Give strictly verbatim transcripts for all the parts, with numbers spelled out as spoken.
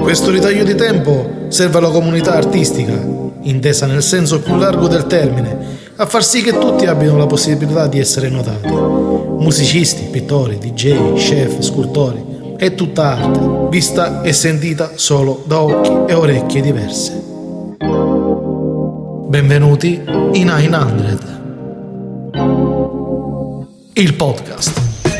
Questo ritaglio di tempo serve alla comunità artistica, intesa nel senso più largo del termine, a far sì che tutti abbiano la possibilità di essere notati. Musicisti, pittori, D J, chef, scultori, è tutta arte, vista e sentita solo da occhi e orecchie diverse. Benvenuti in novecento, il podcast.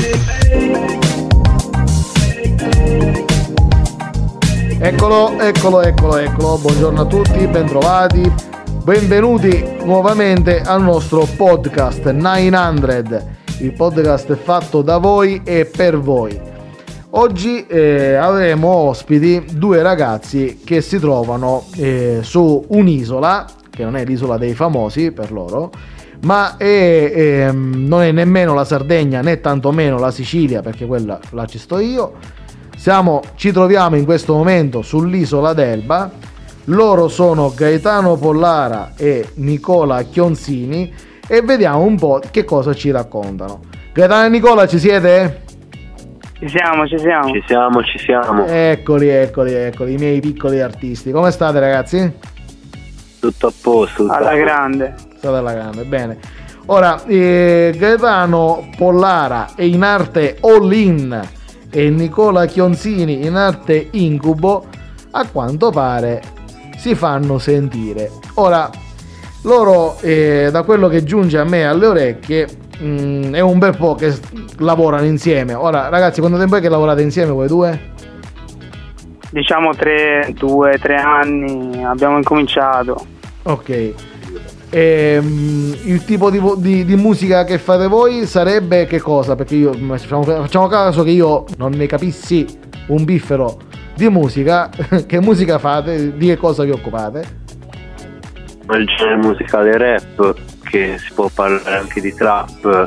Eccolo, eccolo, eccolo, eccolo, buongiorno a tutti, bentrovati, benvenuti nuovamente al nostro podcast novecento, il podcast fatto da voi e per voi. Oggi eh, avremo ospiti due ragazzi che si trovano eh, su un'isola, che non è l'isola dei famosi per loro, ma è, eh, non è nemmeno la Sardegna né tantomeno la Sicilia, perché quella là ci sto io. Siamo, ci troviamo in questo momento sull'isola d'Elba. Loro sono Gaetano Pollara e Nicola Chionzini e vediamo un po' che cosa ci raccontano. Gaetano e Nicola, ci siete? Ci siamo, ci siamo. Ci siamo, ci siamo. Eccoli, eccoli, eccoli, i miei piccoli artisti. Come state, ragazzi? Tutto a posto. Tutto alla a posto. grande. State alla grande, bene. Ora, eh, Gaetano Pollara è in arte all-in e Nicola Chionzini in arte incubo, a quanto pare si fanno sentire. Ora, loro, eh, da quello che giunge a me alle orecchie, mh, è un bel po' che lavorano insieme. Ora, ragazzi, quanto tempo è che lavorate insieme voi due? Diciamo tre, due, tre anni abbiamo incominciato. Ok. E, um, il tipo di, di, di musica che fate voi sarebbe che cosa? Perché io facciamo, facciamo caso che io non ne capissi un biffero di musica. Che musica fate? Di che cosa vi occupate? Il genere musicale rap, che si può parlare anche di trap,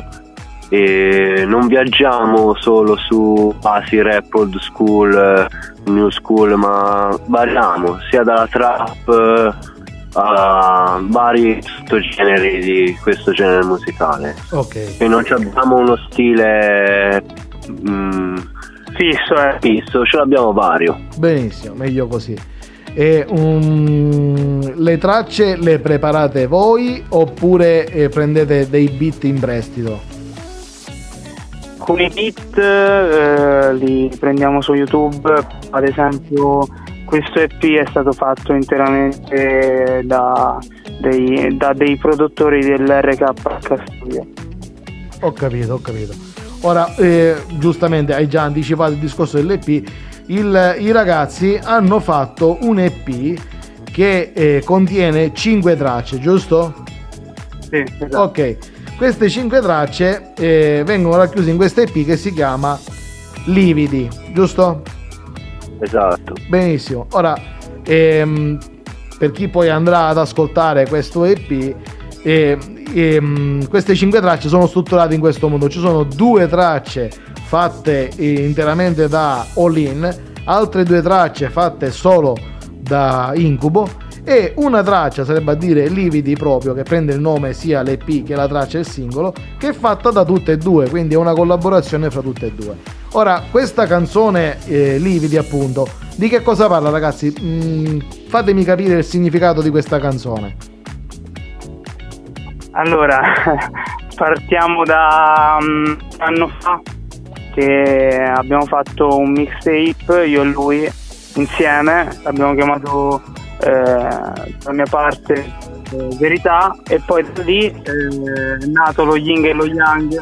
e non viaggiamo solo su basi rap old school, new school, ma variamo sia dalla trap a vari sottogeneri di questo genere musicale. Ok. E non abbiamo uno stile mm, Fisso, eh. fisso, ce l'abbiamo vario. Benissimo, meglio così. E, um, le tracce le preparate voi oppure eh, prendete dei beat in prestito? Alcuni beat eh, li prendiamo su YouTube, ad esempio questo E P è stato fatto interamente da dei, da dei produttori dell'R K H Studio. Ho capito, ho capito. Ora, eh, giustamente hai già anticipato il discorso dell'E P. Il, i ragazzi hanno fatto un E P che eh, contiene cinque tracce, giusto? Sì, esatto. Ok, queste cinque tracce eh, vengono racchiuse in questo E P che si chiama Lividi, giusto? Esatto. Benissimo. Ora, ehm, per chi poi andrà ad ascoltare questo E P, eh, ehm, queste cinque tracce sono strutturate in questo modo. Ci sono due tracce fatte eh, interamente da All-In, altre due tracce fatte solo da Incubo e una traccia, sarebbe a dire Lividi proprio, che prende il nome sia l'E P che la traccia e il singolo, che è fatta da tutte e due, quindi è una collaborazione fra tutte e due. Ora, questa canzone eh, Lividi, appunto, di che cosa parla, ragazzi? Mm, fatemi capire il significato di questa canzone. Allora, partiamo da um, un anno fa che abbiamo fatto un mixtape, io e lui, insieme, l'abbiamo chiamato eh, la mia parte eh, Verità, e poi da lì eh, è nato lo Yin e lo Yang,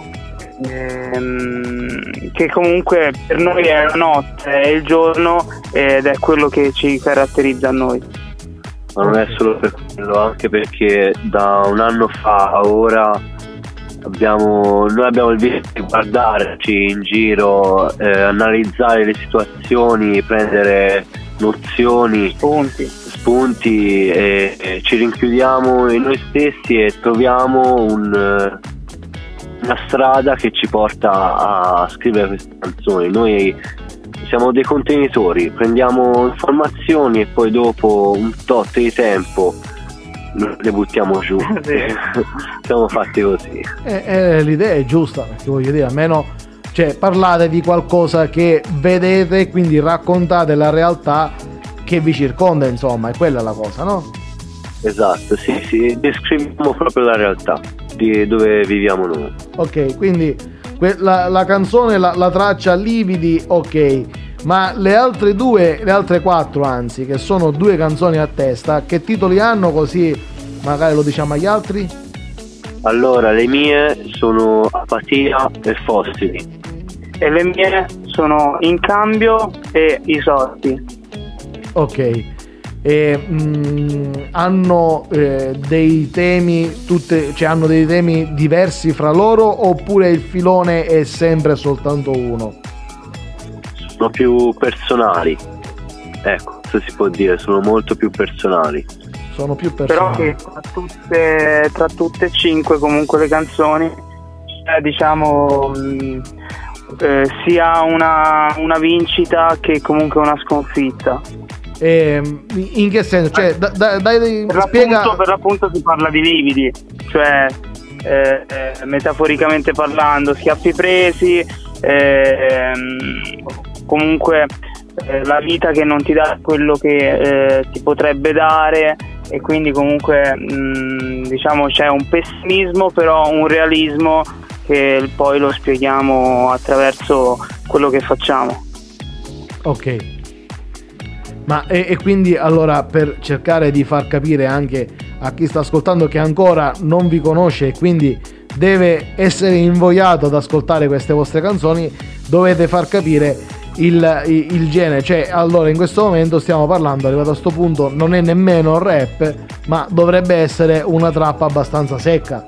ehm, che comunque per noi è la notte, è il giorno ed è quello che ci caratterizza a noi. Ma non è solo per quello, anche perché da un anno fa a ora abbiamo, noi abbiamo il vizio di guardarci in giro, eh, analizzare le situazioni, prendere nozioni, Spunti. spunti e, e ci rinchiudiamo in noi stessi e troviamo un, una strada che ci porta a scrivere queste canzoni. Noi siamo dei contenitori, prendiamo informazioni e poi dopo un tot di tempo le buttiamo giù. Sì. Siamo fatti così. Eh, eh, l'idea è giusta, perché voglio dire, almeno cioè, parlate di qualcosa che vedete, quindi raccontate la realtà che vi circonda, insomma, è quella la cosa, no? Esatto, sì, sì, descriviamo proprio la realtà di dove viviamo noi. Ok, quindi que- la, la canzone, la, la traccia Lividi, ok, ma le altre due, le altre quattro anzi, che sono due canzoni a testa, che titoli hanno, così magari lo diciamo agli altri? Allora, le mie sono Apatia e Fossili. E le mie sono In cambio e I sorti. Ok. E, mh, hanno eh, dei temi tutte, cioè hanno dei temi diversi fra loro, oppure il filone è sempre soltanto uno? Sono più personali, ecco, se si può dire, sono molto più personali. Sono più Però personali. che tra tutte, tra tutte e cinque comunque le canzoni c'è, diciamo, mh, eh, sia una, una vincita che comunque una sconfitta. E, in che senso? Cioè, da, da, dai, Per spiega. l'appunto, per l'appunto si parla di lividi, cioè eh, eh, metaforicamente parlando, schiaffi presi, eh, comunque eh, la vita che non ti dà quello che eh, ti potrebbe dare, e quindi comunque mh, diciamo c'è un pessimismo, però un realismo che poi lo spieghiamo attraverso quello che facciamo. Ok. Ma e, e quindi allora, per cercare di far capire anche a chi sta ascoltando che ancora non vi conosce e quindi deve essere invogliato ad ascoltare queste vostre canzoni, dovete far capire il, il, il genere. Cioè, allora in questo momento stiamo parlando, arrivato a sto punto, non è nemmeno rap, ma dovrebbe essere una trap abbastanza secca.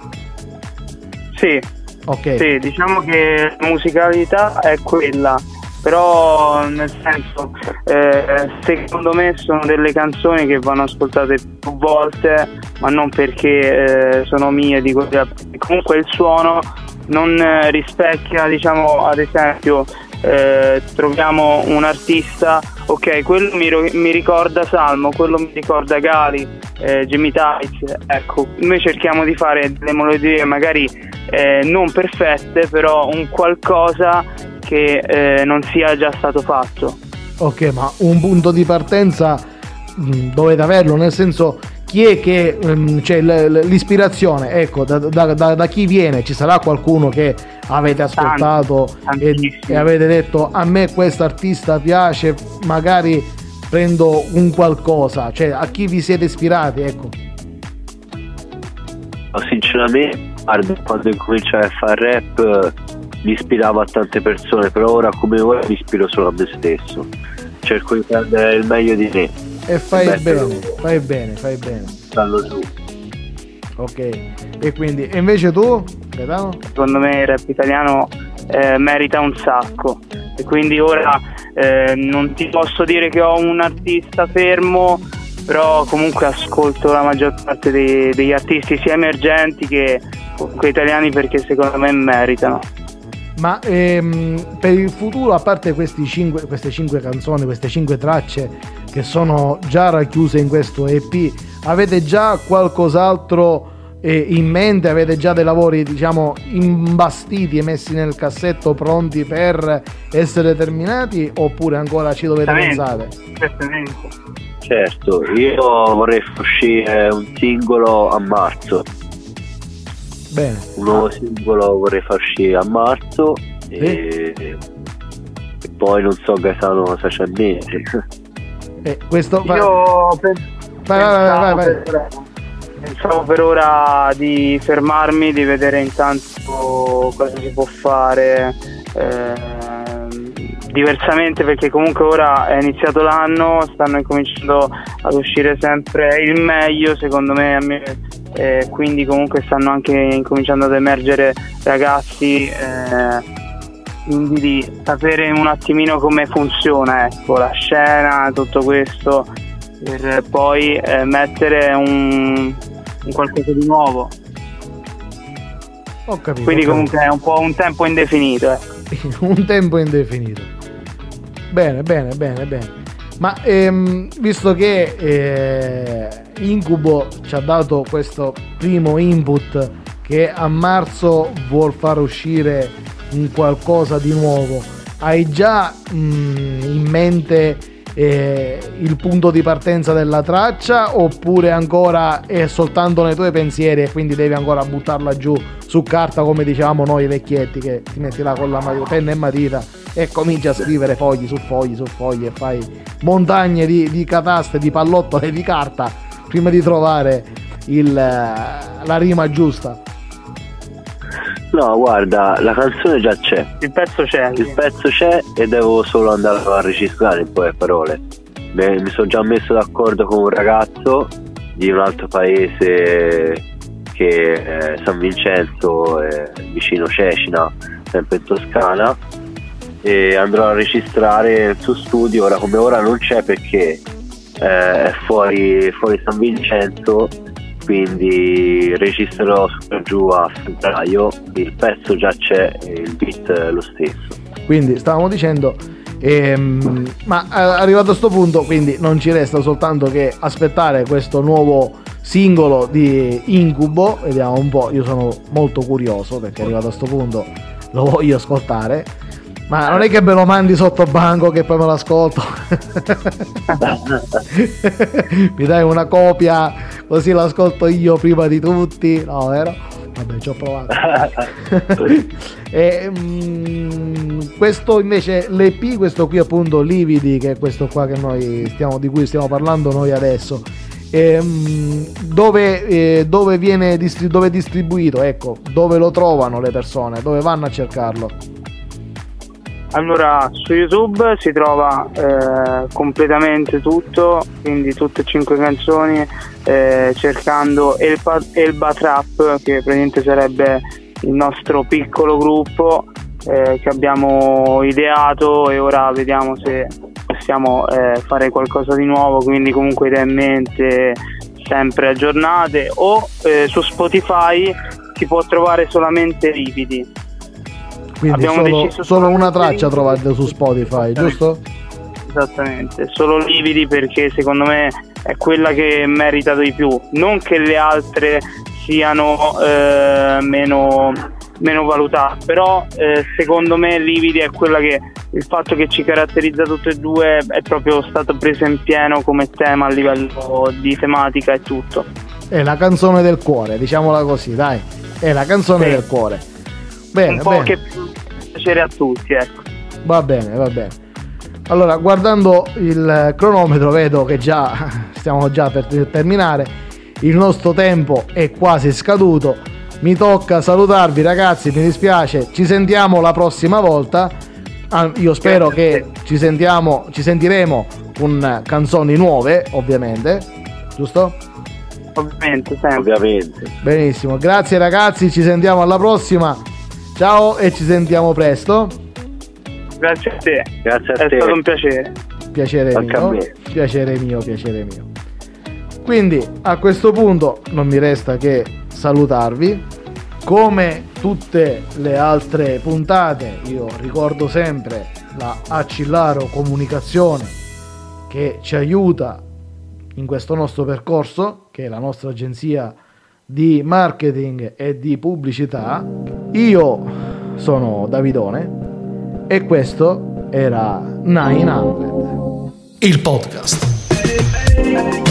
Sì, Ok. sì, diciamo che la musicalità è quella, però nel senso eh, secondo me sono delle canzoni che vanno ascoltate più volte, ma non perché eh, sono mie, dico, comunque il suono non eh, rispecchia, diciamo, ad esempio eh, troviamo un artista, ok, quello mi, mi ricorda Salmo, quello mi ricorda Gali, eh, Jimmy Tights, ecco, noi cerchiamo di fare delle melodie magari eh, non perfette, però un qualcosa che eh, non sia già stato fatto. Ok, ma un punto di partenza mh, dovete averlo, nel senso, chi è che mh, c'è l- l'ispirazione, ecco, da, da, da, da chi viene? Ci sarà qualcuno che avete ascoltato e, e avete detto a me questo artista piace, magari prendo un qualcosa, cioè a chi vi siete ispirati, ecco? Sinceramente, quando incominciai a fare rap mi ispiravo a tante persone, però ora come ora mi ispiro solo a me stesso, cerco di prendere il meglio di me e fai e bene, fai bene, fai bene, dallo giù. ok. E quindi, e invece tu, Gaetano? Secondo me il rap italiano eh, merita un sacco, e quindi ora eh, non ti posso dire che ho un artista fermo, però comunque ascolto la maggior parte dei, degli artisti sia emergenti che comunque italiani, perché secondo me meritano. Ma ehm, per il futuro, a parte questi cinque, queste cinque canzoni, queste cinque tracce che sono già racchiuse in questo E P, avete già qualcos'altro eh, in mente? Avete già dei lavori, diciamo, imbastiti e messi nel cassetto pronti per essere terminati, oppure ancora ci dovete pensare? Certo, io vorrei far uscire un singolo a marzo. Bene. Un nuovo singolo vorrei far uscire a marzo e, eh? e poi non so Gaetano cosa c'è in mente. Eh, questo Io pen- vai, vai, vai, vai, vai. Per, pensavo per ora di fermarmi, di vedere intanto cosa si può fare eh, diversamente, perché comunque ora è iniziato l'anno, stanno incominciando ad uscire sempre il meglio secondo me, a me eh, quindi comunque stanno anche incominciando ad emergere ragazzi, eh, quindi di sapere un attimino come funziona, ecco, la scena, tutto questo, per poi eh, mettere un, un qualcosa di nuovo. Ho capito. Quindi ho comunque capito. è un po' un tempo indefinito, ecco. Un tempo indefinito. Bene, bene, bene, bene. Ma ehm, visto che eh, Incubo ci ha dato questo primo input che a marzo vuol far uscire un qualcosa di nuovo, hai già mh, in mente eh, il punto di partenza della traccia, oppure ancora è soltanto nei tuoi pensieri e quindi devi ancora buttarla giù su carta, come dicevamo noi vecchietti, che ti metti là con la penna e matita e cominci a scrivere fogli su fogli su fogli e fai montagne di, di cataste, di pallottole di carta prima di trovare il, la rima giusta? No, guarda, la canzone già c'è. Il pezzo c'è. Il pezzo c'è e devo solo andare a registrare un po' le parole. Mi, mi sono già messo d'accordo con un ragazzo di un altro paese che è San Vincenzo, è vicino Cecina, sempre in Toscana, e andrò a registrare nel suo studio. Ora come ora non c'è perché eh, è fuori, fuori San Vincenzo, quindi registrerò su per giù a febbraio. Il pezzo già c'è e il beat è lo stesso. Quindi stavamo dicendo ehm, ma arrivato a sto punto, quindi non ci resta soltanto che aspettare questo nuovo singolo di Incubo. Vediamo un po', io sono molto curioso perché arrivato a sto punto lo voglio ascoltare, ma non è che me lo mandi sotto banco che poi me lo ascolto. Mi dai una copia così l'ascolto io prima di tutti? No, vero? Vabbè, ci ho provato. E, mh, questo invece l'E P, questo qui appunto Lividi, che è questo qua che noi stiamo, di cui stiamo parlando noi adesso, e, mh, dove, eh, dove viene distri- dove è distribuito, ecco, dove lo trovano le persone, dove vanno a cercarlo? Allora, su YouTube si trova eh, completamente tutto, quindi tutte e cinque canzoni, eh, cercando Elba, Elba Trap, che praticamente sarebbe il nostro piccolo gruppo eh, che abbiamo ideato, e ora vediamo se possiamo eh, fare qualcosa di nuovo, quindi comunque idee in mente sempre aggiornate. O eh, su Spotify si può trovare solamente Lividi. Quindi solo, solo una traccia trovate su Spotify, giusto? Esattamente, solo Lividi, perché secondo me è quella che merita di più. Non che le altre siano eh, meno, meno valutate, però eh, secondo me Lividi è quella che, il fatto che ci caratterizza tutte e due, è proprio stato preso in pieno come tema a livello di tematica e tutto. È la canzone del cuore, diciamola così, dai, è la canzone sì. del cuore. Bene, un po' bene. che piacere a tutti, ecco. Va bene, va bene. Allora, guardando il cronometro vedo che già stiamo già per terminare, il nostro tempo è quasi scaduto, mi tocca salutarvi ragazzi, mi dispiace, ci sentiamo la prossima volta. Ah, io spero che ci sentiamo, ci sentiremo con canzoni nuove, ovviamente, giusto? Ovviamente, sempre. Ovviamente. Benissimo, grazie ragazzi, ci sentiamo alla prossima. Ciao e ci sentiamo presto. Grazie a te. Grazie a È te. stato un piacere. Piacere Anche mio. a me. Piacere mio, piacere mio. Quindi a questo punto non mi resta che salutarvi. Come tutte le altre puntate, io ricordo sempre la Accillaro Comunicazione che ci aiuta in questo nostro percorso, che è la nostra agenzia di marketing e di pubblicità. Io sono Davidone e questo era nove hundred, il podcast.